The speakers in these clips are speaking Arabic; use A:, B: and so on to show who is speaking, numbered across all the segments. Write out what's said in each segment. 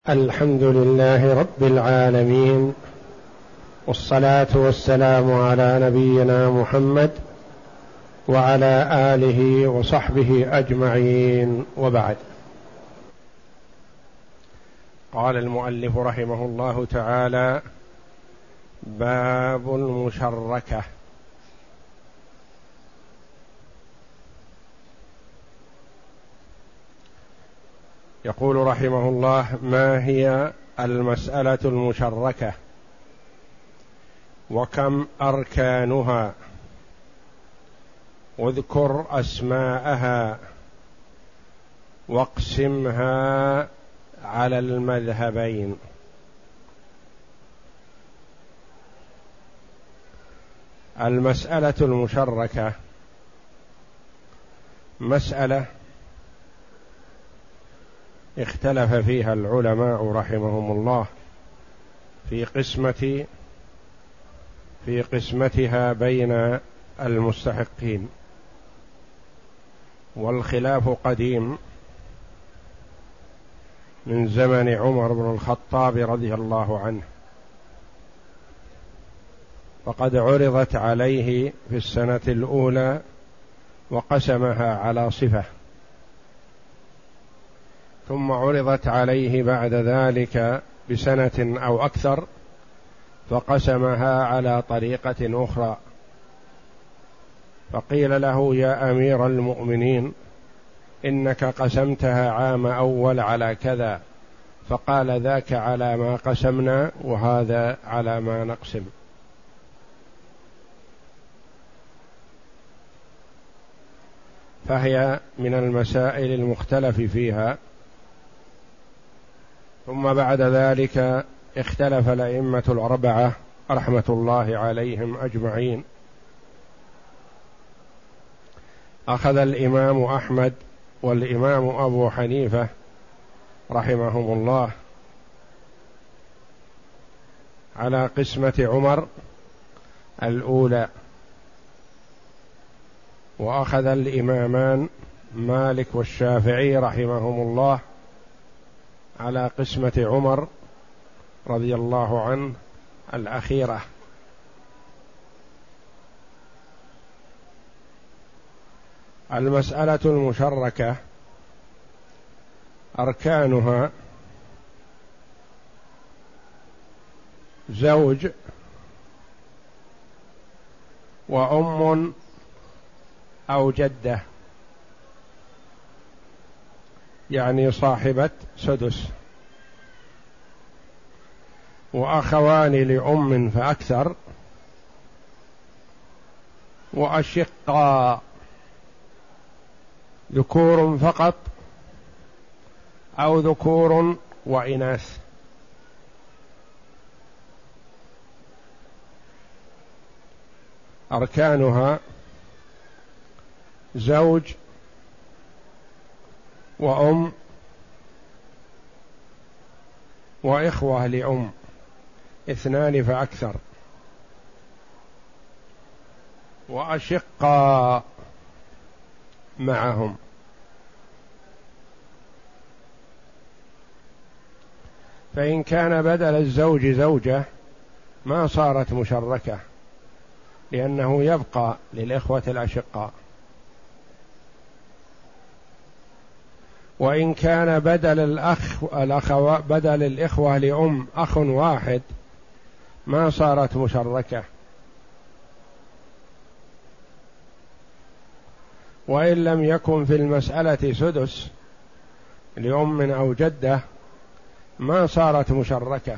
A: الحمد لله رب العالمين، والصلاة والسلام على نبينا محمد وعلى آله وصحبه أجمعين، وبعد. قال المؤلف رحمه الله تعالى: باب المشركة. يقول رحمه الله: ما هي المسألة المشركة، وكم أركانها، واذكر أسماءها، واقسمها على المذهبين. المسألة المشركة مسألة اختلف فيها العلماء رحمهم الله في قسمتها بين المستحقين، والخلاف قديم من زمن عمر بن الخطاب رضي الله عنه، فقد عرضت عليه في السنة الأولى وقسمها على صفة، ثم عرضت عليه بعد ذلك بسنة أو أكثر فقسمها على طريقة أخرى، فقيل له: يا أمير المؤمنين، إنك قسمتها عام أول على كذا، فقال: ذاك على ما قسمنا، وهذا على ما نقسم. فهي من المسائل المختلف فيها. ثم بعد ذلك اختلف الأئمة الأربعة رحمة الله عليهم أجمعين. أخذ الإمام أحمد والإمام أبو حنيفة رحمهم الله على قسمة عمر الأولى، وأخذ الإمامان مالك والشافعي رحمهم الله على قسمة عمر رضي الله عنه الأخيرة. المسألة المشركة أركانها: زوج، وأم أو جدة، يعني صاحبة سدس، وأخوان لأم فأكثر، وأشقاء، ذكور فقط أو ذكور وإناث. أركانها: زوج، وأم، وإخوة لأم 2 فأكثر، وأشقاء معهم. فإن كان بدل الزوج زوجة ما صارت مشركة، لأنه يبقى للإخوة الأشقاء. وإن كان بدل الإخوة لأم أخ واحد ما صارت مشركة. وإن لم يكن في المسألة سدس لأم أو جدة ما صارت مشركة.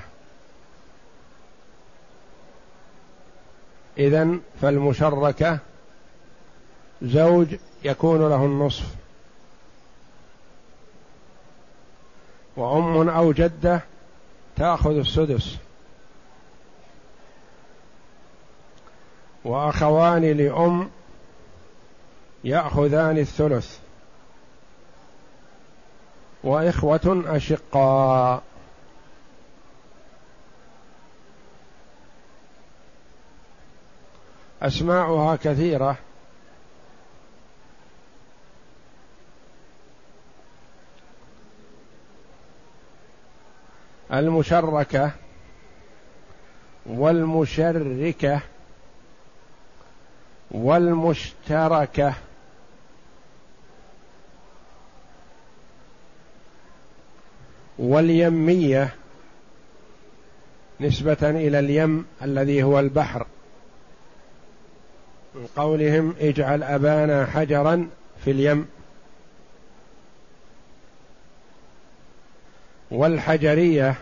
A: إذن فالمشركة زوج يكون له النصف، وأم أو جدة تأخذ السدس، وأخوان لأم يأخذان الثلث، وإخوة أشقاء. أسماؤها كثيرة، المشركة والمشركة والمشتركة واليمية نسبة إلى اليم الذي هو البحر، من قولهم اجعل أبانا حجرا في اليم، والحجرية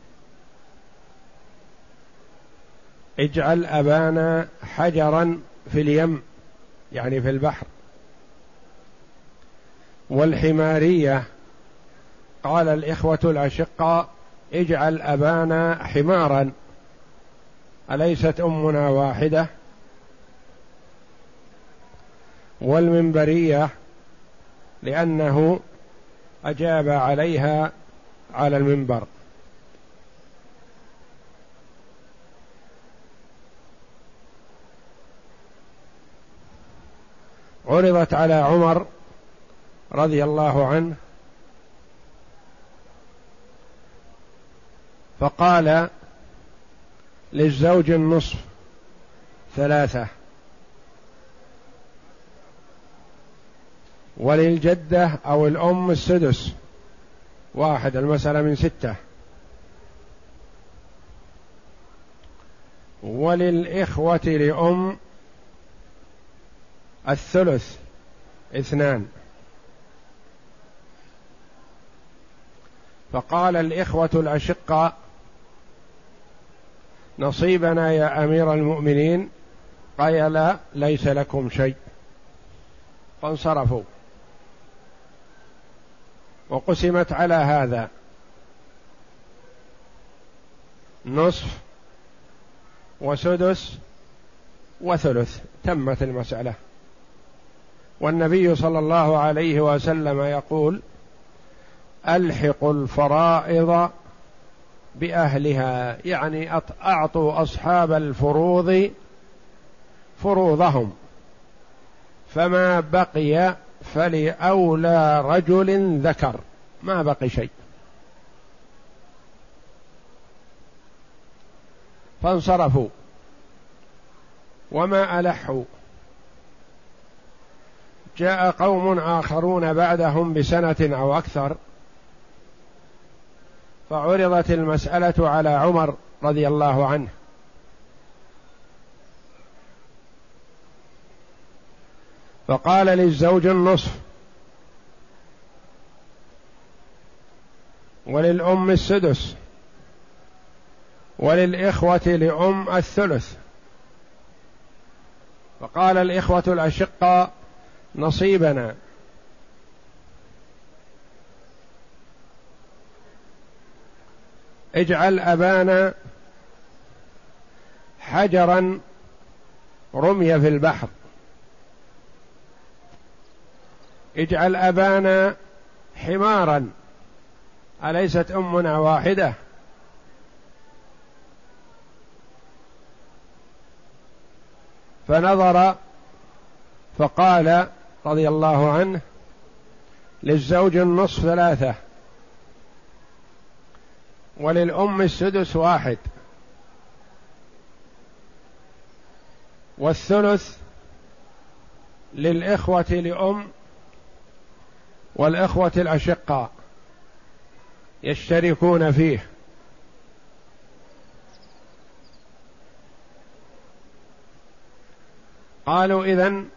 A: اجعل أبانا حجرا في اليم يعني في البحر، والحمارية قال الإخوة الأشقاء اجعل أبانا حمارا أليست أمنا واحدة، والمنبرية لأنه أجاب عليها على المنبر. عرضت على عمر رضي الله عنه فقال للزوج النصف 3، وللجدة أو الأم 1/6، المسألة من 6، وللإخوة لأم 1/3 2، فقال الإخوة الأشقاء نصيبنا يا أمير المؤمنين، قال لا ليس لكم شيء، فانصرفوا. وقسمت على هذا 1/2 و1/6 و1/3، تمت المسألة. والنبي صلى الله عليه وسلم يقول ألحقوا الفرائض بأهلها، يعني أعطوا أصحاب الفروض فروضهم، فما بقي فلأولى رجل ذكر، ما بقي شيء. فانصرفوا وما ألحوا. جاء قوم آخرون بعدهم بسنة أو أكثر، فعرضت المسألة على عمر رضي الله عنه، فقال للزوج النصف، وللأم 1/6، وللإخوة لأم 1/3، فقال الإخوة الأشقاء نصيبنا، اجعل أبانا حجرا رمي في البحر، اجعل أبانا حمارا أليست أمنا واحدة. فنظر فقال رضي الله عنه للزوج النصف 3، وللأم 1/6 1، والثلث للإخوة لأم والإخوة الأشقاء يشتركون فيه. قالوا إذن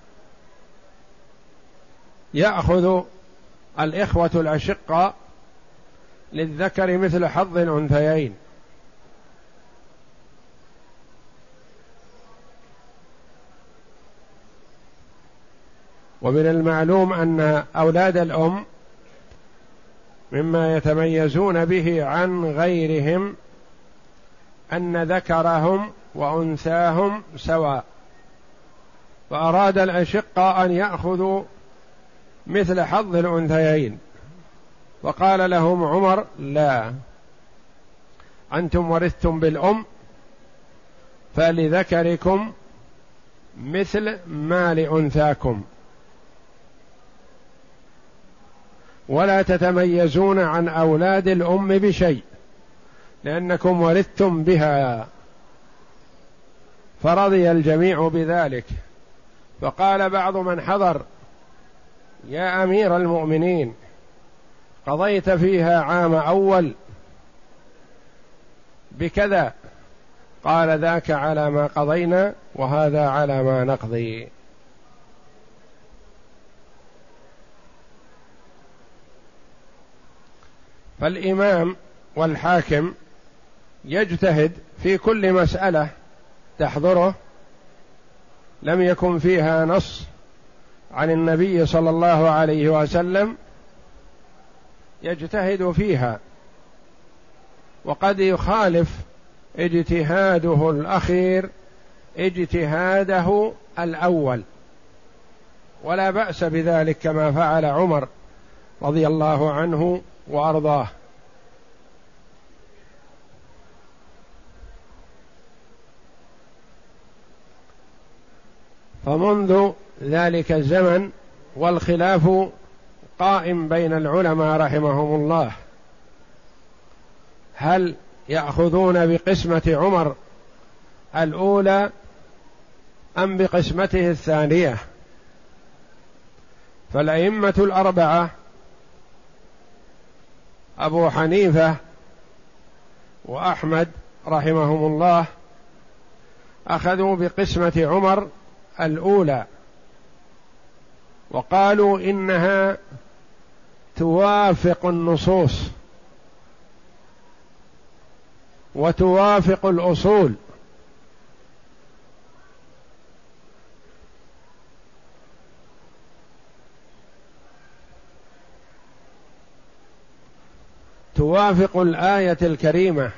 A: يأخذ الإخوة الأشقاء للذكر مثل حظ الأنثيين، ومن المعلوم أن أولاد الأم مما يتميزون به عن غيرهم أن ذكرهم وأنثاهم سواء، فأراد الأشقاء أن يأخذوا مثل حظ الأنثيين، فقال لهم عمر لا، أنتم ورثتم بالأم، فلذكركم مثل ما لأنثاكم، ولا تتميزون عن أولاد الأم بشيء، لأنكم ورثتم بها. فرضي الجميع بذلك. فقال بعض من حضر: يا أمير المؤمنين، قضيت فيها عام أول بكذا. قال: ذاك على ما قضينا وهذا على ما نقضي. فالإمام والحاكم يجتهد في كل مسألة تحضره لم يكن فيها نص عن النبي صلى الله عليه وسلم، يجتهد فيها، وقد يخالف اجتهاده الأخير اجتهاده الأول، ولا بأس بذلك، كما فعل عمر رضي الله عنه وأرضاه. فمنذ ذلك الزمن والخلاف قائم بين العلماء رحمهم الله، هل يأخذون بقسمة عمر الأولى أم بقسمته الثانية؟ فالأئمة الأربعة أبو حنيفة وأحمد رحمهم الله أخذوا بقسمة عمر الأولى، وقالوا إنها توافق النصوص وتوافق الأصول، توافق الآية الكريمة: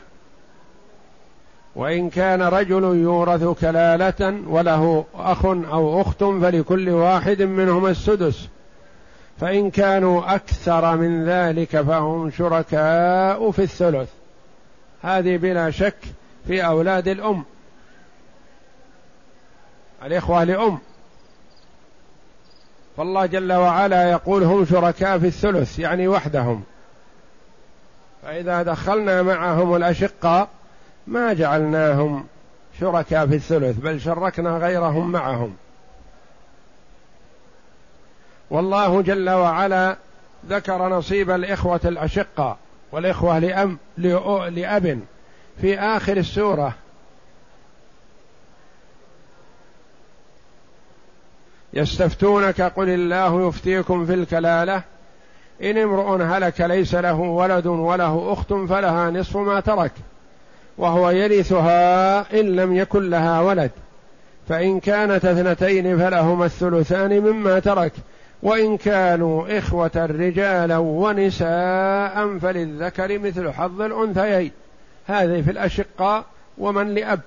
A: وإن كان رجل يورث كلالة وله أخ أو أخت فلكل واحد منهما السدس، فإن كانوا أكثر من ذلك فهم شركاء في الثلث. هذه بلا شك في أولاد الأم، الإخوة لأم، فالله جل وعلا يقول هم شركاء في الثلث، يعني وحدهم. فإذا دخلنا معهم الأشقاء ما جعلناهم شركاء في الثلث، بل شركنا غيرهم معهم. والله جل وعلا ذكر نصيب الإخوة الأشقاء والإخوة لأب في آخر السورة: يستفتونك قل الله يفتيكم في الكلالة إن امرؤ هلك ليس له ولد وله أخت فلها نصف ما ترك وهو يرثها إن لم يكن لها ولد، فإن كانت اثنتين فلهما الثلثان مما ترك، وإن كانوا إخوة رجالا ونساء فللذكر مثل حظ الأنثيين. هذه في الأشقاء ومن لأب.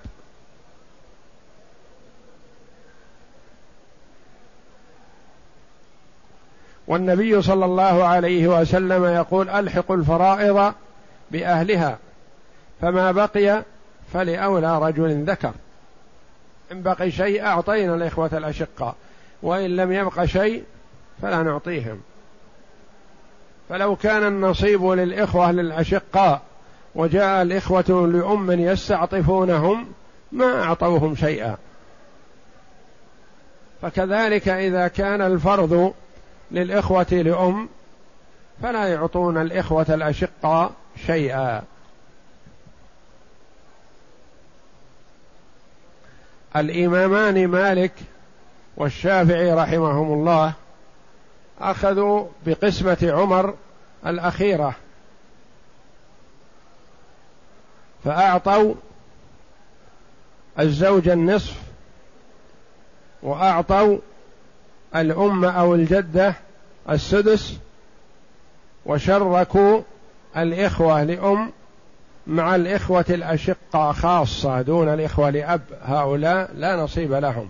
A: والنبي صلى الله عليه وسلم يقول: ألحقوا الفرائض بأهلها، فما بقي فلأولى رجل ذكر. إن بقي شيء أعطينا الإخوة الأشقاء، وإن لم يبق شيء فلا نعطيهم. فلو كان النصيب للإخوة للأشقاء وجاء الإخوة لأم يستعطفونهم ما أعطوهم شيئا. فكذلك إذا كان الفرض للإخوة لأم فلا يعطون الإخوة الأشقاء شيئا. الإمامان مالك والشافعي رحمهم الله أخذوا بقسمة عمر الأخيرة، فأعطوا الزوج النصف، وأعطوا الأم أو الجدة السدس، وشركوا الإخوة لأم مع الإخوة الأشقاء خاصة دون الإخوة لأب، هؤلاء لا نصيب لهم.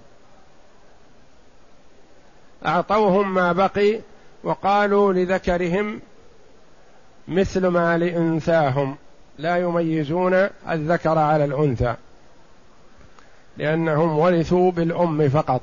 A: أعطوهم ما بقي وقالوا لذكرهم مثل ما لأنثاهم، لا يميزون الذكر على الأنثى لأنهم ورثوا بالأم فقط.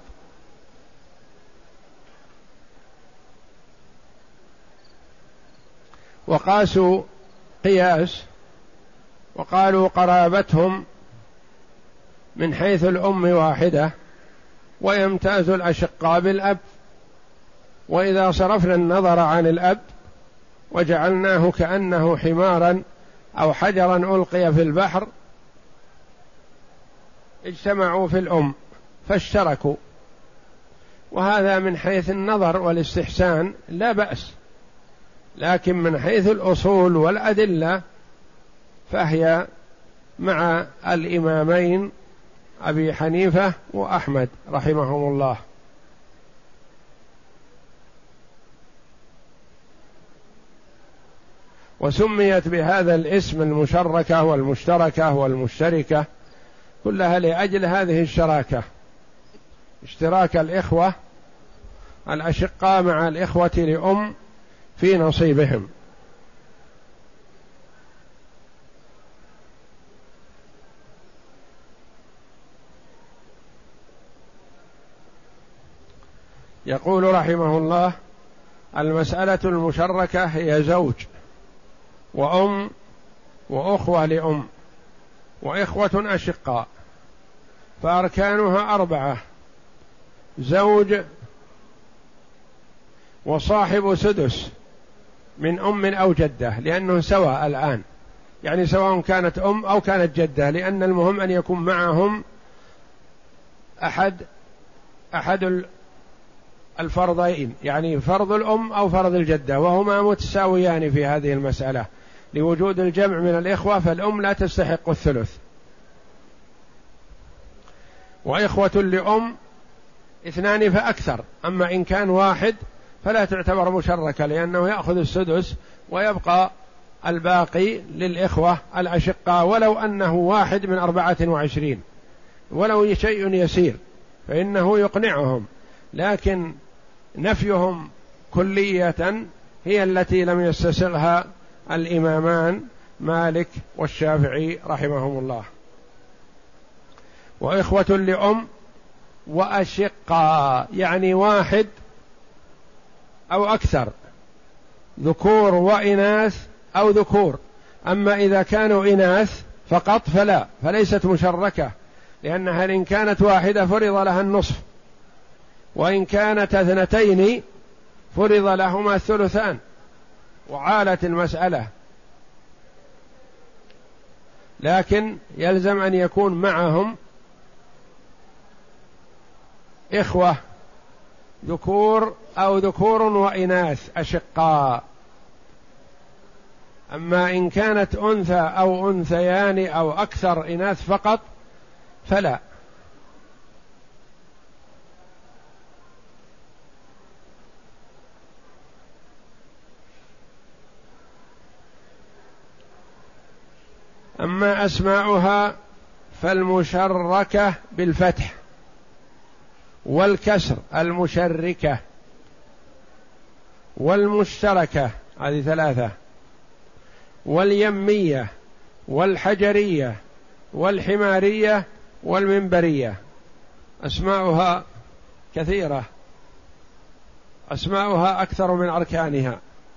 A: وقاسوا قياس وقالوا قرابتهم من حيث الأم واحدة، ويمتاز الأشقاء بالأب. وإذا صرفنا النظر عن الأب وجعلناه كأنه حمارا أو حجرا ألقي في البحر، اجتمعوا في الأم فاشتركوا، وهذا من حيث النظر والاستحسان لا بأس، لكن من حيث الأصول والأدلة فهي مع الإمامين أبي حنيفة وأحمد رحمهم الله. وسميت بهذا الاسم المشركة والمشتركة والمشتركة كلها لأجل هذه الشراكة، اشتراك الإخوة الأشقاء مع الإخوة لأم في نصيبهم. يقول رحمه الله: المسألة المشركة هي زوج وأم وأخوة لأم وإخوة أشقاء، فأركانها 4: زوج وصاحب سدس من أم أو جدة، لأنه سواء الآن، يعني سواء كانت أم أو كانت جدة، لأن المهم أن يكون معهم أحد الفرضين، يعني فرض الأم أو فرض الجدة، وهما متساويان في هذه المسألة لوجود الجمع من الإخوة، فالأم لا تستحق الثلث. وإخوة لأم 2 فأكثر، أما إن كان واحد فلا تعتبر مشركة، لأنه يأخذ السدس ويبقى الباقي للإخوة الأشقاء، ولو أنه 1 من 24، ولو شيء يسير فإنه يقنعهم، لكن نفيهم كلية هي التي لم يستسغها الإمامان مالك والشافعي رحمهم الله. وإخوة لأم وأشقاء، يعني 1 أو أكثر، ذكور وإناث أو ذكور. أما إذا كانوا إناث فقط فليست مشركة، لأنها إن كانت 1 فرض لها النصف، وإن كانت 2 فرض لهما الثلثان، وعالت المسألة. لكن يلزم أن يكون معهم إخوة ذكور أو ذكور وإناث أشقاء. أما إن كانت أنثى أو أنثيان أو أكثر إناث فقط فلا. أما أسماؤها فالمشركة بالفتح، والكسر المشركة، والمشتركة هذه 3، واليمية والحجرية والحمارية والمنبرية. أسماؤها كثيرة، أسماؤها أكثر من أركانها.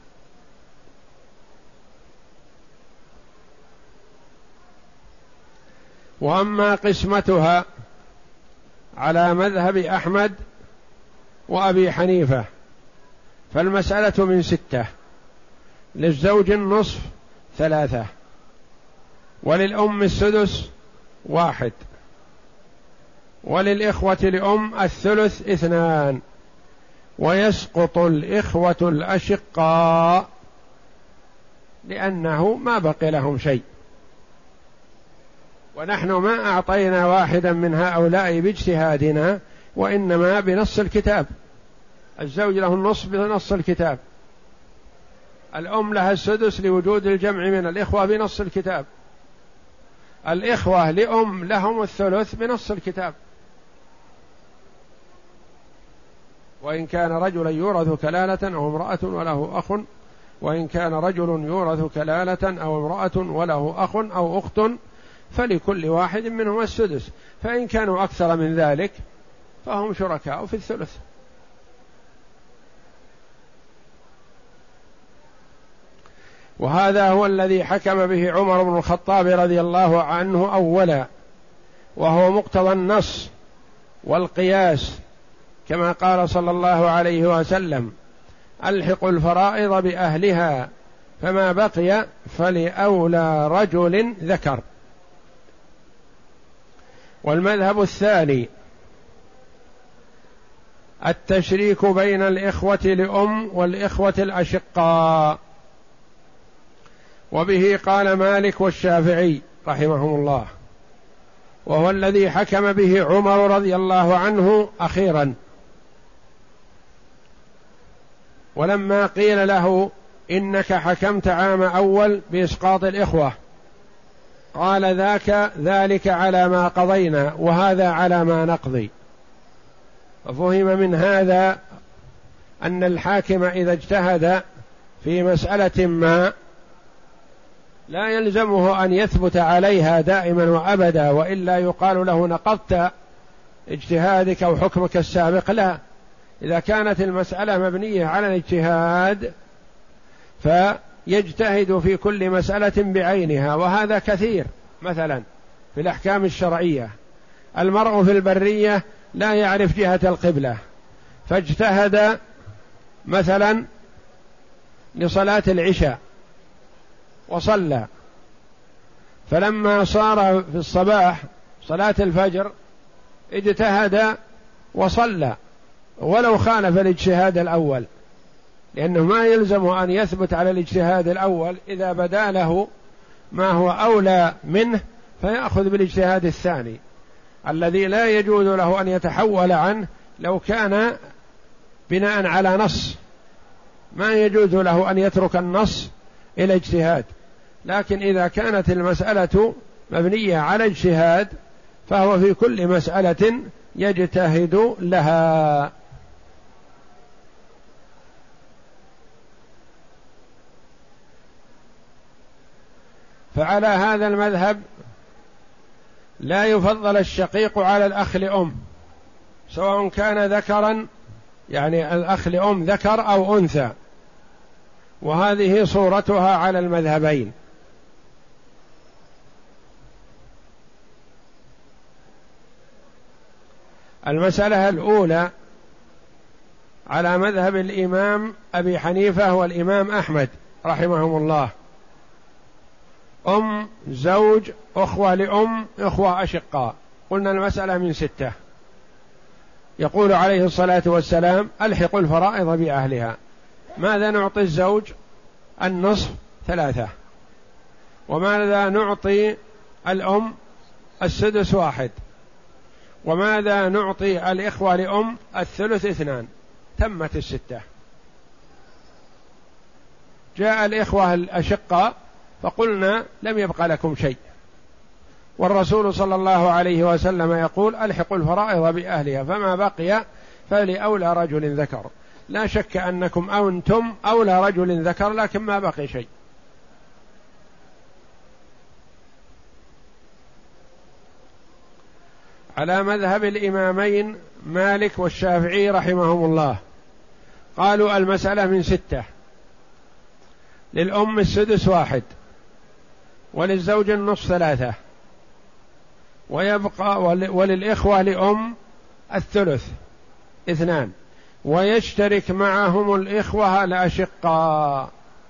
A: وأما قسمتها على مذهب أحمد وأبي حنيفة فالمسألة من 6: للزوج النصف 3، وللأم السدس 1، وللإخوة لأم الثلث 2، ويسقط الإخوة الأشقاء لأنه ما بقي لهم شيء، ونحن ما أعطينا واحدا من هؤلاء باجتهادنا، وإنما بنص الكتاب. الزوج له النصف بنص الكتاب، الأم لها السدس لوجود الجمع من الإخوة بنص الكتاب، الإخوة لأم لهم الثلث بنص الكتاب. وإن كان رجلا يورث كلالة أو امرأة وله أخ، وإن كان رجل يورث كلالة أو امرأة وله أخ أو أخت فلكل واحد منهم السدس، فإن كانوا أكثر من ذلك فهم شركاء في الثلث. وهذا هو الذي حكم به عمر بن الخطاب رضي الله عنه أولا، وهو مقتضى النص والقياس، كما قال صلى الله عليه وسلم: ألحقوا الفرائض بأهلها فما بقي فلأولى رجل ذكر. والمذهب الثاني التشريك بين الإخوة لأم والإخوة الأشقاء، وبه قال مالك والشافعي رحمهم الله، وهو الذي حكم به عمر رضي الله عنه أخيرا. ولما قيل له: إنك حكمت عام أول بإسقاط الإخوة، قال: ذلك على ما قضينا وهذا على ما نقضي. ففهم من هذا أن الحاكم إذا اجتهد في مسألة ما لا يلزمه أن يثبت عليها دائما وأبدا، وإلا يقال له: نقضت اجتهادك أو حكمك السابق. لا، إذا كانت المسألة مبنية على الاجتهاد فيجتهد في كل مسألة بعينها، وهذا كثير. مثلا في الأحكام الشرعية، المرء في البرية لا يعرف جهة القبلة، فاجتهد مثلا لصلاة العشاء وصلى، فلما صار في الصباح صلاة الفجر اجتهد وصلى ولو خالف الاجتهاد الأول، لأنه ما يلزم أن يثبت على الاجتهاد الأول، إذا بدا له ما هو أولى منه فيأخذ بالاجتهاد الثاني الذي لا يجوز له أن يتحول عنه لو كان بناء على نص، ما يجوز له أن يترك النص إلى اجتهاد. لكن إذا كانت المسألة مبنية على اجتهاد فهو في كل مسألة يجتهد لها. فعلى هذا المذهب لا يفضل الشقيق على الأخ لأم، سواء كان ذكرا، يعني الأخ لأم ذكر أو أنثى، وهذه صورتها على المذهبين. المسألة الأولى على مذهب الإمام أبي حنيفة والإمام أحمد رحمهم الله: أم، زوج، أخوة لأم، أخوة أشقاء. قلنا المسألة من 6. يقول عليه الصلاة والسلام: ألحقوا الفرائض بأهلها. ماذا نعطي الزوج؟ النصف 3. وماذا نعطي الأم؟ السدس 1. وماذا نعطي الإخوة لأم؟ الثلث 2. تمت 6. جاء الإخوة الأشقاء فقلنا: لم يبق لكم شيء، والرسول صلى الله عليه وسلم يقول: ألحقوا الفرائض بأهلها فما بقي فلأولى رجل ذكر. لا شك أنكم أنتم أولى رجل ذكر، لكن ما بقي شيء. على مذهب الإمامين مالك والشافعي رحمهم الله، قالوا المسألة من 6. للأم السدس 1، وللزوج النصف 3، ويبقى وللإخوة لأم الثلث 2، ويشترك معهم الإخوة الأشقاء.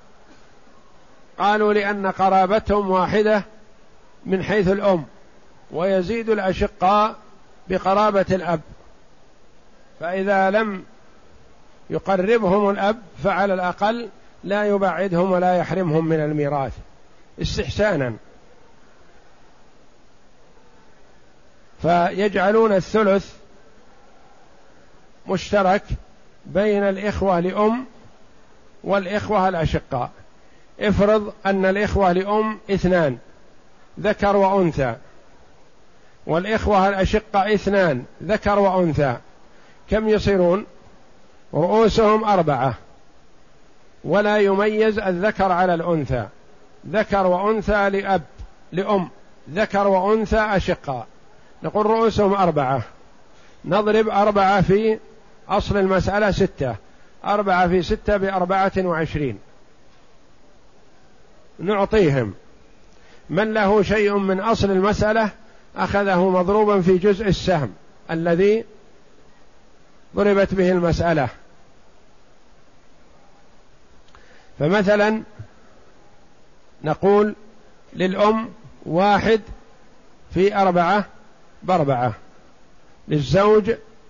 A: قالوا لأن قرابتهم واحدة من حيث الأم، ويزيد الأشقاء بقرابة الأب، فإذا لم يقربهم الأب فعلى الأقل لا يبعدهم ولا يحرمهم من الميراث استحسانا، فيجعلون الثلث مشترك بين الإخوة لأم والإخوة الأشقاء. افرض أن الإخوة لأم 2 ذكر وأنثى، والإخوة الأشقاء 2 ذكر وأنثى، كم يصيرون؟ رؤوسهم 4، ولا يميز الذكر على الأنثى، ذكر وأنثى لأب لأم، ذكر وأنثى أشقاء. نقول رؤوسهم 4، نضرب 4 في أصل المسألة 6، 4 في 6 ب24، نعطيهم. من له شيء من أصل المسألة أخذه مضروبا في جزء السهم الذي ضربت به المسألة. فمثلا نقول للأم 1/4 ب4، للزوج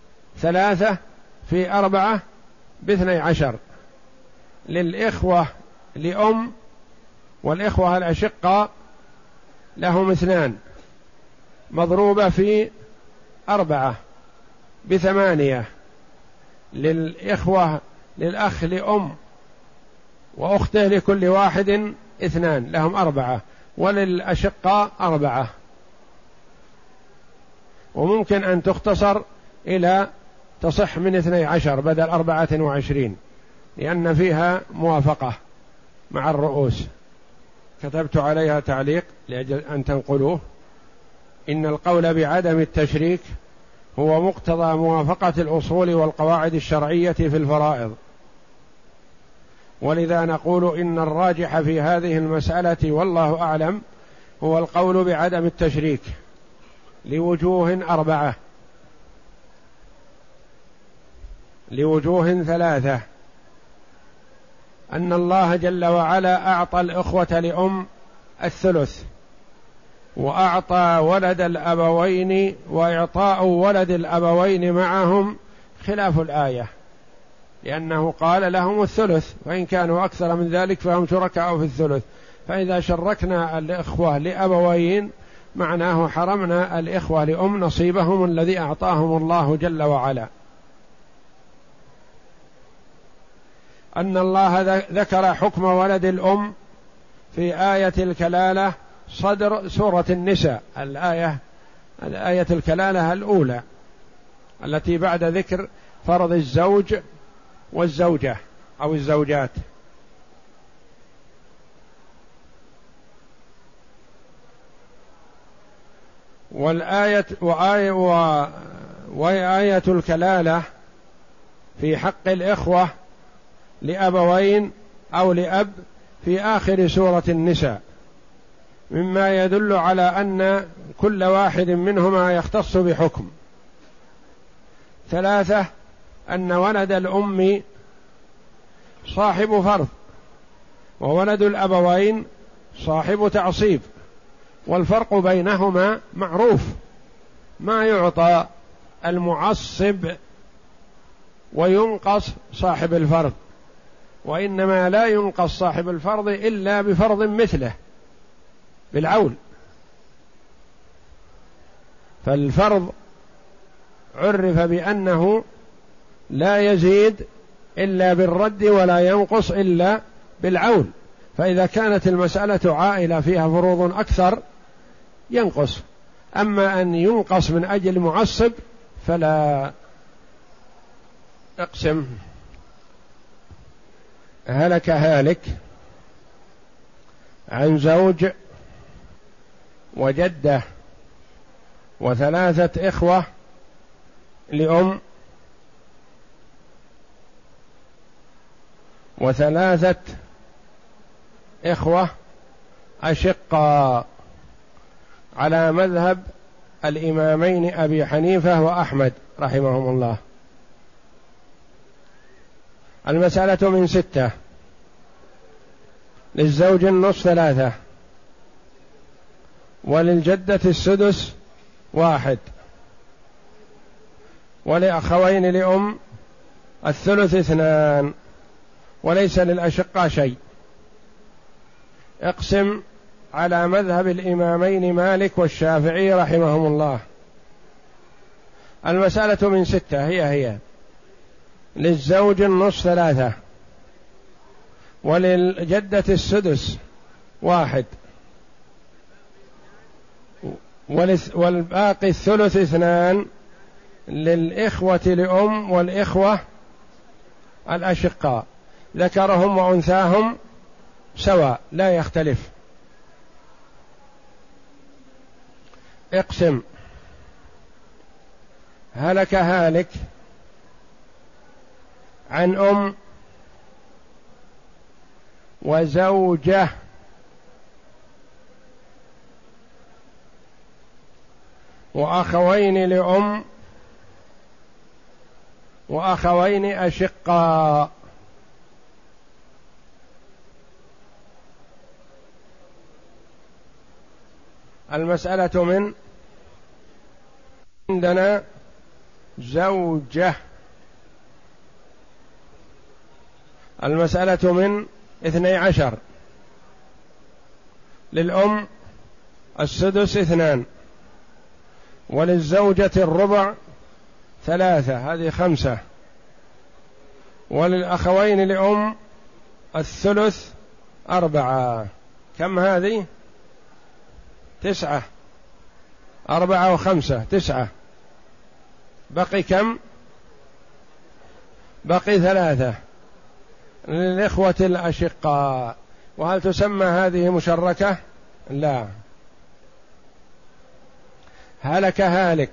A: 3/4 ب12، للإخوة لأم والإخوة الأشقاء لهم 2 مضروبة في 4 ب8، للإخوة للأخ لأم وأخته لكل واحد 2 لهم 4، وللأشقاء 4. وممكن أن تختصر إلى تصح من 12 بدل 24 لأن فيها موافقة مع الرؤوس. كتبت عليها تعليق لأجل أن تنقلوه: إن القول بعدم التشريك هو مقتضى موافقة الأصول والقواعد الشرعية في الفرائض، ولذا نقول إن الراجح في هذه المسألة والله أعلم هو القول بعدم التشريك لوجوه 4، لوجوه 3: أن الله جل وعلا أعطى الإخوة لأم 1/3، وأعطى ولد الأبوين، وإعطاء ولد الأبوين معهم خلاف الآية، لأنه قال لهم 1/3، وإن كانوا أكثر من ذلك فهم شركاء في الثلث. فإذا شركنا الإخوة لأبوين معناه حرمنا الإخوة لأم نصيبهم الذي أعطاهم الله جل وعلا. أن الله ذكر حكم ولد الأم في آية الكلالة صدر سورة النساء، الآية الكلالة الأولى التي بعد ذكر فرض الزوج والزوجة أو الزوجات. وآية الكلالة في حق الإخوة لأبوين أو لأب في آخر سورة النساء، مما يدل على أن كل واحد منهما يختص بحكم. 3: أن ولد الأم صاحب فرض، وولد الأبوين صاحب تعصيب، والفرق بينهما معروف، ما يعطى المعصب وينقص صاحب الفرض، وإنما لا ينقص صاحب الفرض إلا بفرض مثله بالعول. فالفرض عرف بأنه لا يزيد إلا بالرد ولا ينقص إلا بالعول، فإذا كانت المسألة عائلة فيها فروض أكثر ينقص، أما أن ينقص من أجل معصب فلا. اقسم. هلك هالك عن زوج وجدة و3 إخوة لأم و3 إخوة أشقاء على مذهب الإمامين أبي حنيفة وأحمد رحمهم الله. المسألة من 6: للزوج النصف 3، وللجدة السدس 1، ولأخوين لأم الثلث 2، وليس للأشقاء شيء. اقسم على مذهب الإمامين مالك والشافعي رحمهم الله. المسألة من 6 هي: للزوج النصف 3، وللجدة السدس 1، والباقي الثلث 2 للإخوة لأم والإخوة الأشقاء، ذكرهم وأنثاهم سواء لا يختلف. اقسم. هلك هالك عن أم وزوجة وأخوين لأم وأخوين أشقاء. المسألة من عندنا زوجة. المسألة من 12. للأم السدس 2، وللزوجة الربع 3، هذه 5، وللأخوين لأم الثلث 4. كم هذه؟ 9. 4 و5 9. بقي كم؟ بقي 3 للإخوة الأشقاء. وهل تسمى هذه مشركة؟ لا. هلك هالك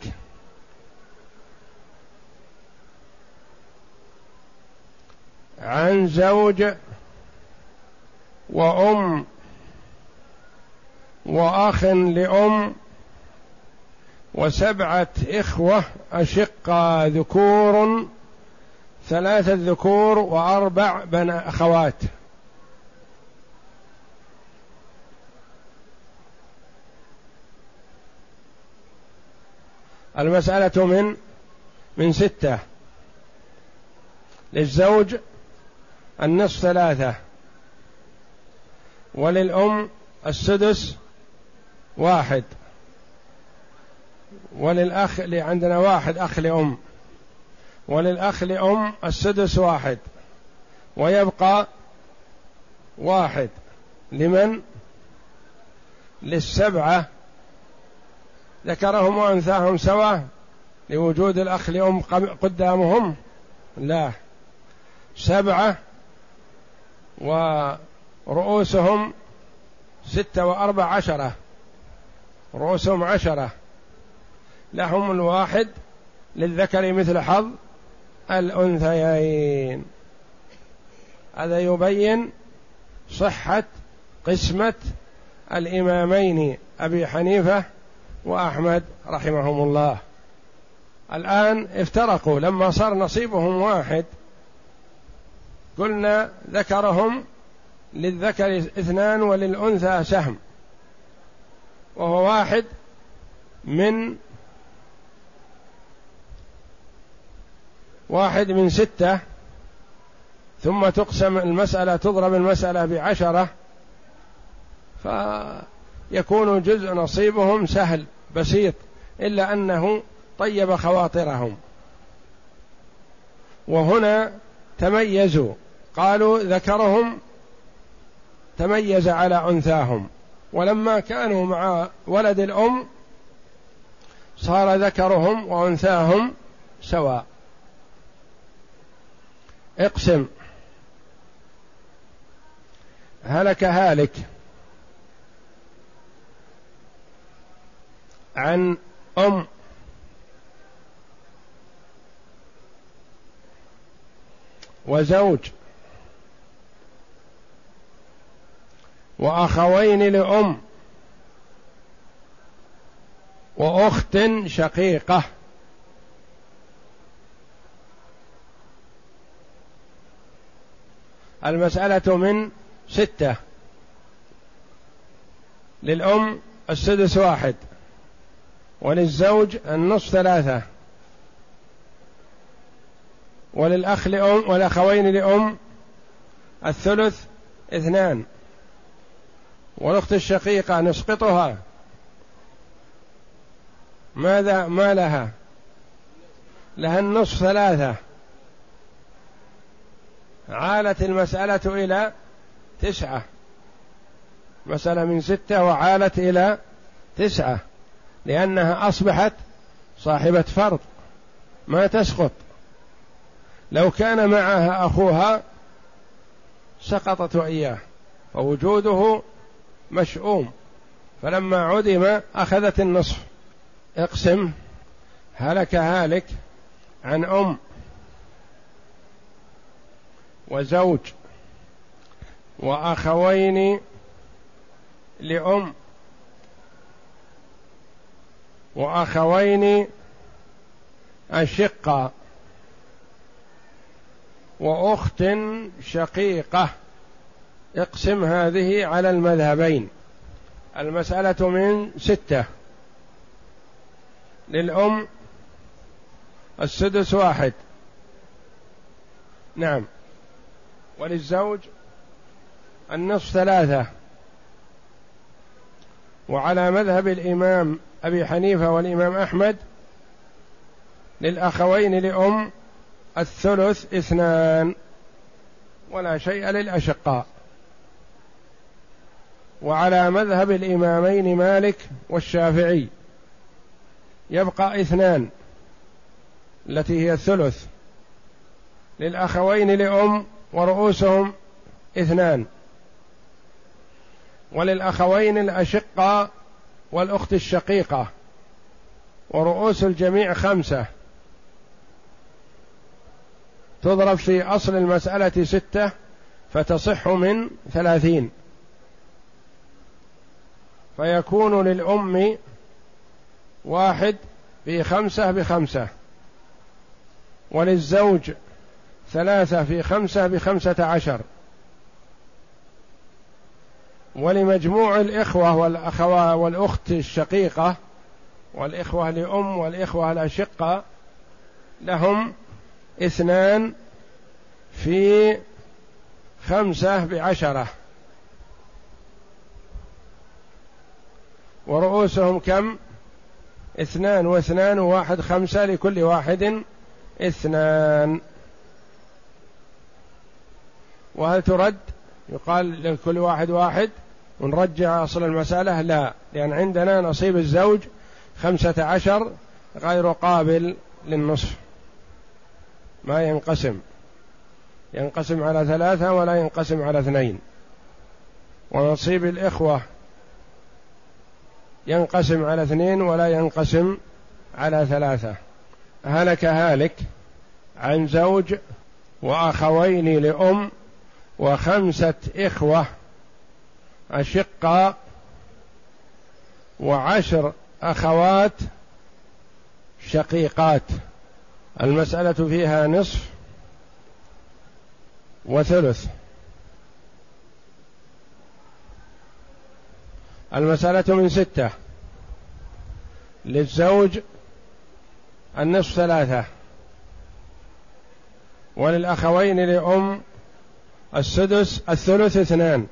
A: عن زوج وأم وأخ لأم و7 إخوة أشقاء ذكور، 3 ذكور و4 أخوات. المسألة من 6. للزوج النصف 3، وللأم السدس 1، وللأخ عندنا 1 أخ لأم، وللأخ لأم السدس 1، ويبقى 1 لمن؟ لل7 ذكرهم وأنثاهم سواء لوجود الأخ لأم قدامهم؟ لا. 7 ورؤوسهم 6 و4 10، رؤوسهم 10، لهم 1 للذكر مثل حظ الأنثيين. هذا يبين صحة قسمة الإمامين أبي حنيفة وأحمد رحمهم الله. الآن افترقوا لما صار نصيبهم 1، قلنا ذكرهم للذكر 2 وللأنثى سهم، وهو 1 من 6، ثم تقسم المسألة، تضرب المسألة ب10، فيكون جزء نصيبهم سهل بسيط، إلا أنه طيب خواطرهم. وهنا تميزوا، قالوا ذكرهم تميز على أنثاهم، ولما كانوا مع ولد الأم صار ذكرهم وأنثاهم سواء. اقسم. هلك هالك عن أم وزوج وأخوين لأم وأخت شقيقة. المسألة من 6. للأم السدس 1، وللزوج النصف 3، وللأخ لأم والأخوين لأم الثلث 2، والأخت الشقيقة نسقطها. ماذا ما لها؟ لها النصف 3. عالت المسألة إلى 9، مسألة من 6 وعالت إلى 9، لأنها أصبحت صاحبة فرض ما تسقط. لو كان معها أخوها سقطت إياه، فوجوده مشؤوم، فلما عدم أخذت النصف. اقسم. هلك هالك عن أم وزوج وأخوين لأم وأخوين أشقة وأخت شقيقة، اقسم هذه على المذهبين. المسألة من 6. للأم السدس 1، نعم، وللزوج النصف 3. وعلى مذهب الإمام أبي حنيفة والإمام أحمد للأخوين لأم الثلث 2، ولا شيء للأشقاء. وعلى مذهب الإمامين مالك والشافعي يبقى 2 التي هي الثلث للأخوين لأم ورؤوسهم 2، وللأخوين الأشقاء والأخت الشقيقة ورؤوس الجميع 5. تضرب في أصل المسألة 6 فتصح من 30، فيكون للأم 1 في 5 ب5، وللزوج 3 في 5 ب15، ولمجموع الإخوة والأخوة والأخت الشقيقة والإخوة لأم والإخوة الأشقة لهم 2 في 5 ب10، ورؤوسهم كم؟ 2 و2 و1 5، لكل واحد 2. وهل ترد؟ يقال لكل واحد 1 ونرجع أصل المسألة؟ لا، لأن عندنا نصيب الزوج 15 غير قابل للنصف، ما ينقسم على 3 ولا ينقسم على 2. ونصيب الإخوة ينقسم على 2 ولا ينقسم على 3. هلك هالك عن زوج وأخوين لأم و5 إخوة أشقاء و10 أخوات شقيقات. المسألة فيها نصف وثلث. المسألة من 6. للزوج النصف 3، وللأخوين لأم السدس الثلث 2،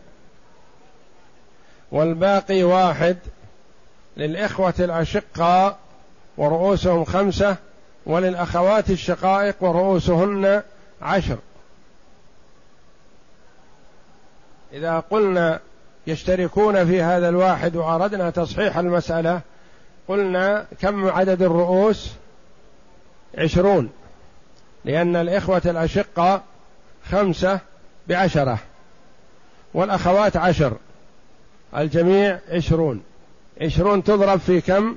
A: والباقي 1 للإخوة الأشقاء ورؤوسهم 5، وللأخوات الشقائق ورؤوسهن 10. إذا قلنا يشتركون في هذا الواحد وأردنا تصحيح المسألة قلنا كم عدد الرؤوس؟ 20، لأن الإخوة الأشقاء 5 ب10 والأخوات 10، الجميع 20. 20 تضرب في كم؟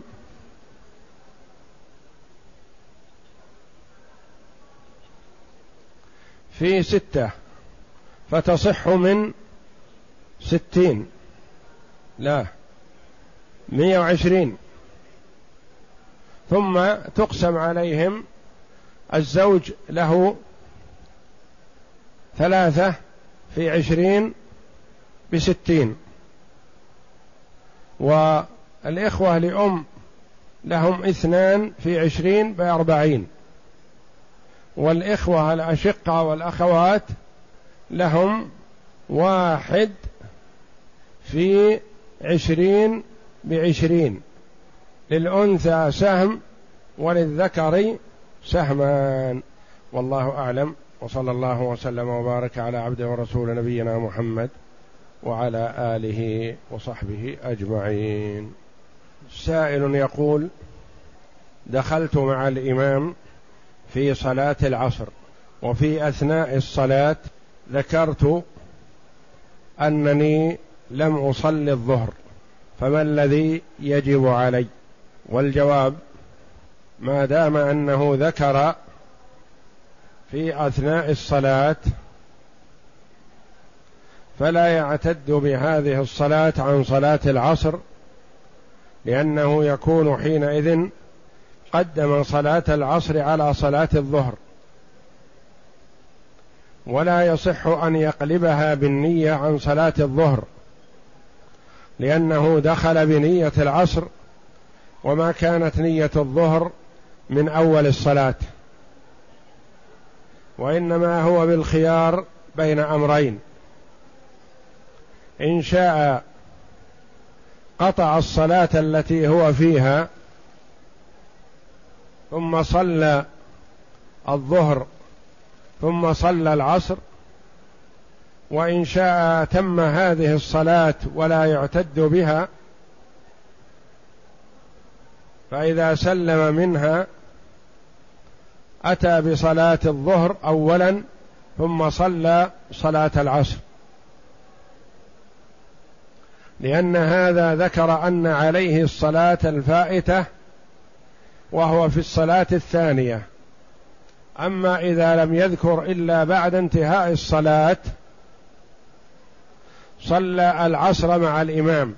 A: في 6 فتصح من 60، لا 120. ثم تقسم عليهم. الزوج له 3 في 20 ب60، والإخوة لأم لهم 2 في 20 ب40، والإخوة الأشقة والأخوات لهم 1 في 20 ب20، للأنثى سهم وللذكر سهمان. والله أعلم، وصلى الله وسلم وبارك على عبده ورسول نبينا محمد وعلى آله وصحبه أجمعين. سائل يقول: دخلت مع الإمام في صلاة العصر، وفي أثناء الصلاة ذكرت أنني لم أصلي الظهر، فما الذي يجب علي؟ والجواب: ما دام أنه ذكر في أثناء الصلاة فلا يعتد بهذه الصلاة عن صلاة العصر، لأنه يكون حينئذ قدم صلاة العصر على صلاة الظهر، ولا يصح أن يقلبها بالنية عن صلاة الظهر، لأنه دخل بنية العصر وما كانت نية الظهر من أول الصلاة، وإنما هو بالخيار بين أمرين: إن شاء قطع الصلاة التي هو فيها ثم صلى الظهر ثم صلى العصر، وإن شاء تم هذه الصلاة ولا يعتد بها، فإذا سلم منها أتى بصلاة الظهر أولا ثم صلى صلاة العصر، لأن هذا ذكر أن عليه الصلاة الفائتة وهو في الصلاة الثانية. أما إذا لم يذكر إلا بعد انتهاء الصلاة صلى العصر مع الإمام،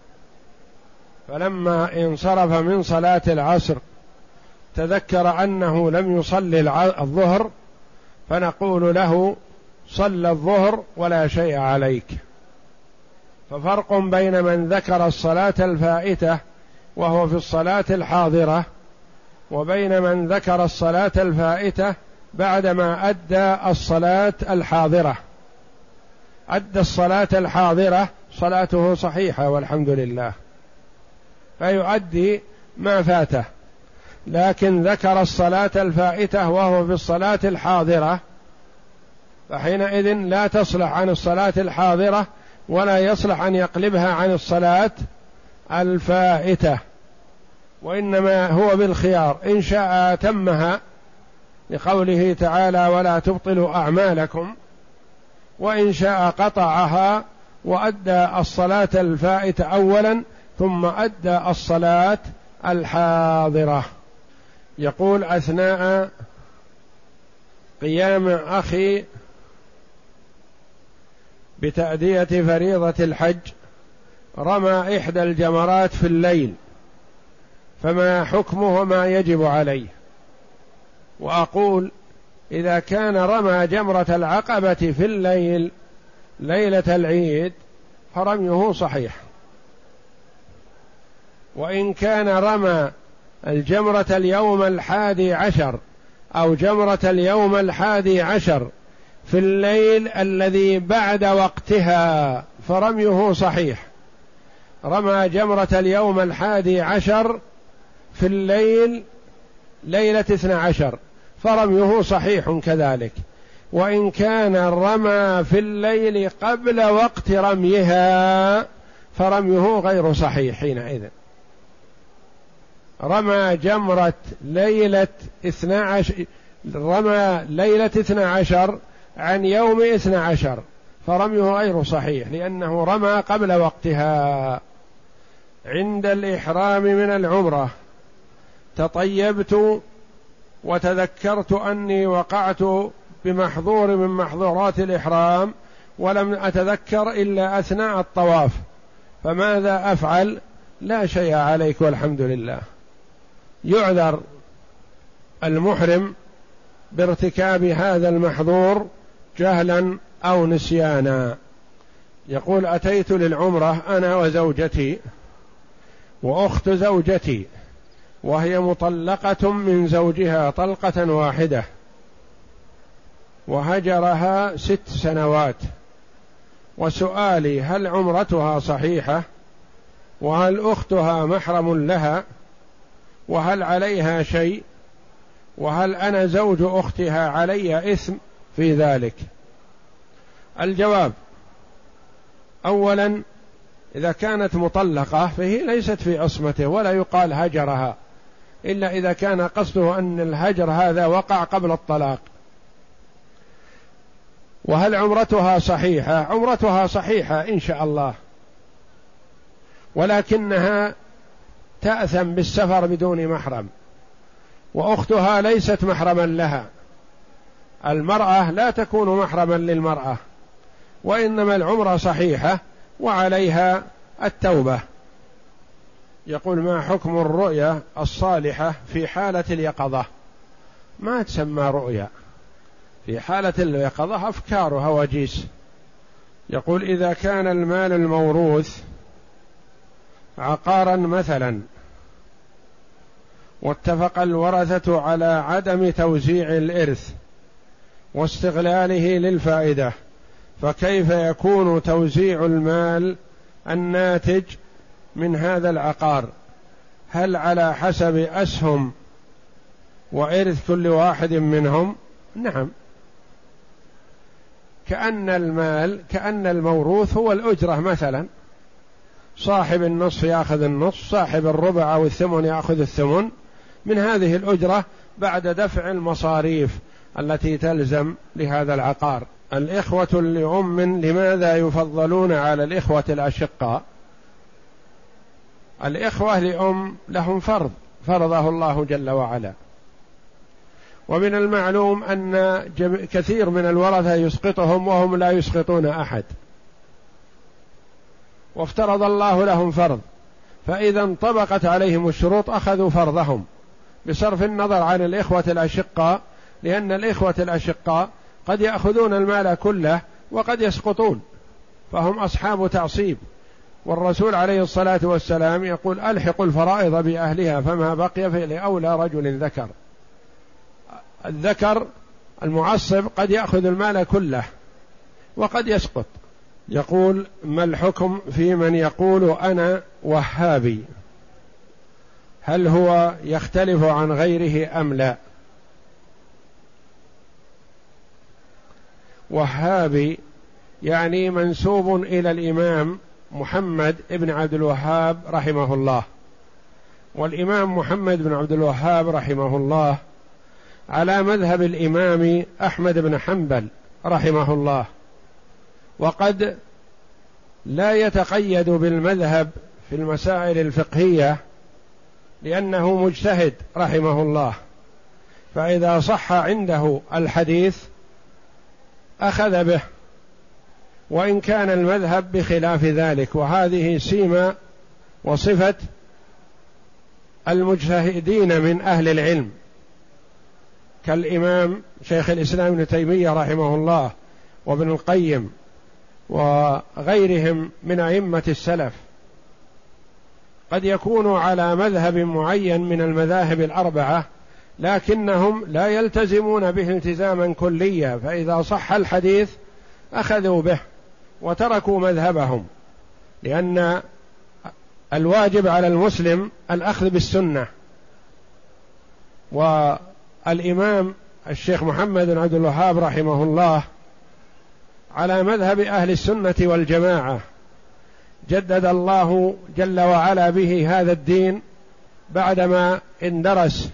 A: فلما انصرف من صلاة العصر تذكر أنه لم يصلي الظهر، فنقول له: صلى الظهر ولا شيء عليك. ففرق بين من ذكر الصلاة الفائتة وهو في الصلاة الحاضرة، وبين من ذكر الصلاة الفائتة بعدما أدى الصلاة الحاضرة. أدى الصلاة الحاضرة صلاته صحيحة والحمد لله، فيؤدي ما فاته، لكن ذكر الصلاة الفائتة وهو في الصلاة الحاضرة، فحينئذ لا تصلح عن الصلاة الحاضرة ولا يصلح أن يقلبها عن الصلاة الفائتة، وإنما هو بالخيار: إن شاء تمها لقوله تعالى: ولا تبطلوا أعمالكم، وإن شاء قطعها وأدى الصلاة الفائتة أولا ثم أدى الصلاة الحاضرة. يقول: أثناء قيام أخي بتأدية فريضة الحج رمى إحدى الجمرات في الليل، فما حكمه وما يجب عليه؟ وأقول: إذا كان رمى جمرة العقبة في الليل ليلة العيد فرميه صحيح، وإن كان رمى الجمرة اليوم 11 أو جمرة اليوم 11 في الليل الذي بعد وقتها فرميه صحيح. رمى جمرة اليوم 11 في الليل ليلة 12 فرميه صحيح كذلك، وإن كان رمى في الليل قبل وقت رميها فرميه غير صحيح. حينئذ رمى جمرة ليلة 12، رمى ليلة 12 عن يوم 12 فرميه غير صحيح، لأنه رمى قبل وقتها. عند الإحرام من العمرة تطيبت وتذكرت أني وقعت بمحظور من محظورات الإحرام ولم أتذكر إلا أثناء الطواف، فماذا أفعل؟ لا شيء عليك والحمد لله. يعذر المحرم بارتكاب هذا المحظور جهلا أو نسيانا. يقول: أتيت للعمرة أنا وزوجتي وأخت زوجتي، وهي مطلقة من زوجها طلقة واحدة، وهجرها 6 سنوات، وسؤالي: هل عمرتها صحيحة؟ وهل أختها محرم لها؟ وهل عليها شيء؟ وهل أنا زوج أختها علي إثم في ذلك؟ الجواب: أولا إذا كانت مطلقة فهي ليست في عصمته ولا يقال هجرها، إلا إذا كان قصده أن الهجر هذا وقع قبل الطلاق. وهل عمرتها صحيحة؟ عمرتها صحيحة إن شاء الله، ولكنها تأثم بالسفر بدون محرم، وأختها ليست محرما لها. المرأة لا تكون محرما للمرأة، وإنما العمرة صحيحة وعليها التوبة. يقول: ما حكم الرؤيا الصالحة في حالة اليقظة؟ ما تسمى رؤيا، في حالة اليقظة أفكار وهواجيس. يقول: إذا كان المال الموروث عقارا مثلا، واتفق الورثة على عدم توزيع الإرث واستغلاله للفائدة، فكيف يكون توزيع المال الناتج من هذا العقار؟ هل على حسب أسهم وإرث كل واحد منهم؟ نعم، كأن الموروث هو الأجرة مثلا، صاحب النصف يأخذ النصف، صاحب الربع أو الثمن يأخذ الثمن من هذه الأجرة بعد دفع المصاريف التي تلزم لهذا العقار. الإخوة لأم لماذا يفضلون على الإخوة الأشقاء؟ الإخوة لأم لهم فرضه الله جل وعلا، ومن المعلوم أن كثير من الورثة يسقطهم وهم لا يسقطون أحد، وافترض الله لهم فرض، فإذا انطبقت عليهم الشروط أخذوا فرضهم، بصرف النظر عن الإخوة الأشقاء، لأن الإخوة الأشقاء قد يأخذون المال كله وقد يسقطون، فهم أصحاب تعصيب. والرسول عليه الصلاة والسلام يقول: ألحقوا الفرائض بأهلها فما بقي فلأولى رجل ذكر. الذكر المعصب قد يأخذ المال كله وقد يسقط. يقول: ما الحكم في من يقول أنا وهابي؟ هل هو يختلف عن غيره أم لا؟ وهابي يعني منسوب إلى الإمام محمد بن عبد الوهاب رحمه الله، والإمام محمد بن عبد الوهاب رحمه الله على مذهب الإمام أحمد بن حنبل رحمه الله، وقد لا يتقيد بالمذهب في المسائل الفقهية لأنه مجتهد رحمه الله، فإذا صح عنده الحديث أخذ به، وإن كان المذهب بخلاف ذلك. وهذه سيمة وصفة المجتهدين من أهل العلم، كالإمام شيخ الإسلام ابن تيمية رحمه الله وابن القيم وغيرهم من أئمة السلف، قد يكونوا على مذهب معين من المذاهب الأربعة، لكنهم لا يلتزمون به التزاما كليا، فإذا صح الحديث أخذوا به وتركوا مذهبهم، لأن الواجب على المسلم الأخذ بالسنة. والإمام الشيخ محمد بن عبد الوهاب رحمه الله على مذهب أهل السنة والجماعة، جدد الله جل وعلا به هذا الدين بعدما اندرس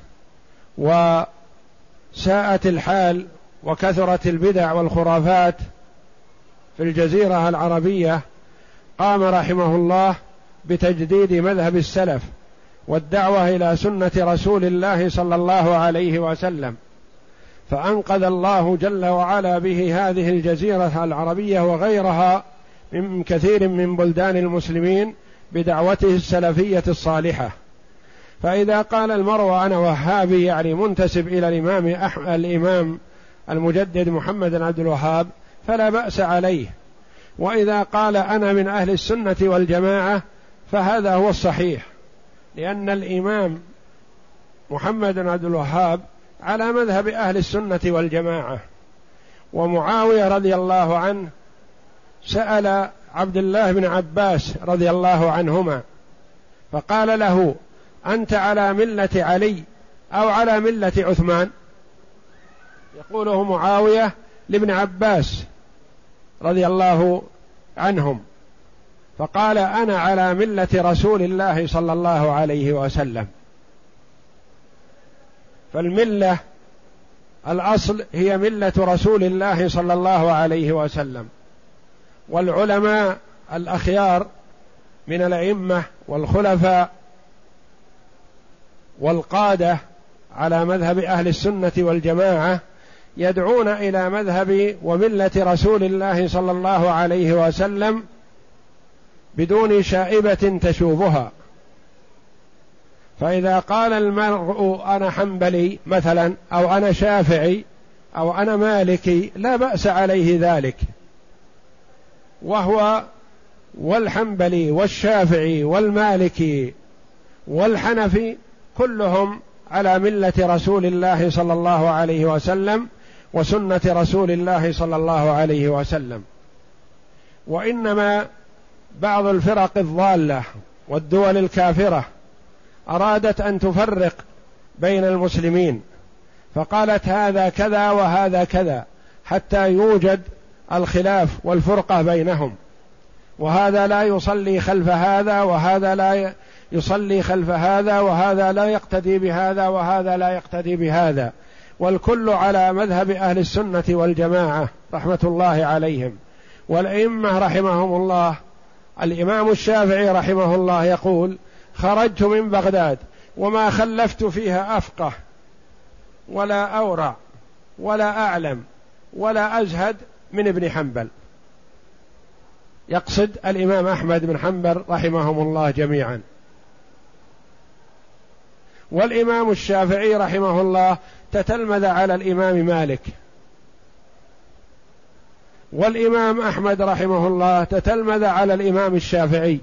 A: وساءت الحال وكثرت البدع والخرافات في الجزيرة العربية. قام رحمه الله بتجديد مذهب السلف والدعوة إلى سنة رسول الله صلى الله عليه وسلم، فأنقذ الله جل وعلا به هذه الجزيرة العربية وغيرها من كثير من بلدان المسلمين بدعوته السلفية الصالحة. فإذا قال المرء أنا وهابي يعني منتسب إلى الإمام المجدد محمد بن عبد الوهاب فلا بأس عليه، وإذا قال أنا من أهل السنة والجماعة فهذا هو الصحيح، لأن الإمام محمد بن عبد الوهاب على مذهب أهل السنة والجماعة. ومعاوية رضي الله عنه سأل عبد الله بن عباس رضي الله عنهما فقال له: أنت على ملة علي أو على ملة عثمان؟ يقوله معاوية لابن عباس رضي الله عنهم، فقال: أنا على ملة رسول الله صلى الله عليه وسلم. فالملة الأصل هي ملة رسول الله صلى الله عليه وسلم. والعلماء الأخيار من الأئمة والخلفاء والقادة على مذهب أهل السنة والجماعة يدعون إلى مذهب وملة رسول الله صلى الله عليه وسلم بدون شائبة تشوبها، فإذا قال المرء أنا حنبلي مثلا أو أنا شافعي أو أنا مالكي لا بأس عليه ذلك، وهو والحنبلي والشافعي والمالكي والحنفي كلهم على ملة رسول الله صلى الله عليه وسلم وسنة رسول الله صلى الله عليه وسلم. وإنما بعض الفرق الضالة والدول الكافرة أرادت أن تفرق بين المسلمين، فقالت هذا كذا وهذا كذا حتى يوجد الخلاف والفرقة بينهم، وهذا لا يصلي خلف هذا وهذا لا يصلي خلف هذا، وهذا لا يقتدي بهذا وهذا لا يقتدي بهذا، والكل على مذهب أهل السنة والجماعة رحمة الله عليهم. والأئمة رحمهم الله، الإمام الشافعي رحمه الله يقول: خرجت من بغداد وما خلفت فيها أفقه ولا أورع ولا أعلم ولا أزهد من ابن حنبل، يقصد الإمام أحمد بن حنبل رحمهم الله جميعا. والإمام الشافعي رحمه الله تتلمذ على الإمام مالك، والإمام أحمد رحمه الله تتلمذ على الإمام الشافعي،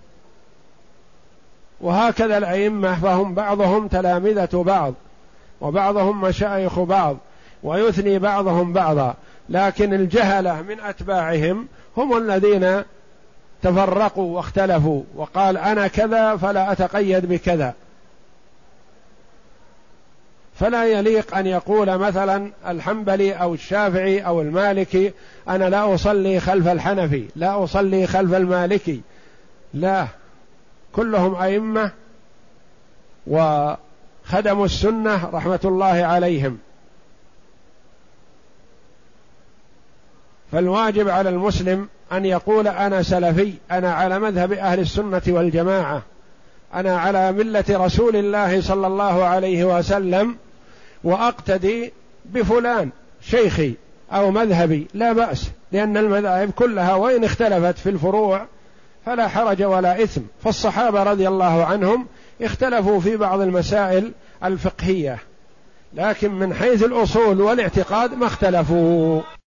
A: وهكذا الأئمة، فهم بعضهم تلامذة بعض وبعضهم مشايخ بعض ويثني بعضهم بعضا، لكن الجهلة من أتباعهم هم الذين تفرقوا واختلفوا، وقال أنا كذا فلا أتقيد بكذا. فلا يليق أن يقول مثلا الحنبلي أو الشافعي أو المالكي أنا لا أصلي خلف الحنفي، لا أصلي خلف المالكي، لا، كلهم أئمة وخدموا السنة رحمة الله عليهم. فالواجب على المسلم أن يقول أنا سلفي، أنا على مذهب أهل السنة والجماعة، أنا على ملة رسول الله صلى الله عليه وسلم، وأقتدي بفلان شيخي أو مذهبي، لا بأس، لأن المذاهب كلها وإن اختلفت في الفروع فلا حرج ولا إثم. فالصحابة رضي الله عنهم اختلفوا في بعض المسائل الفقهية، لكن من حيث الأصول والاعتقاد ما اختلفوا.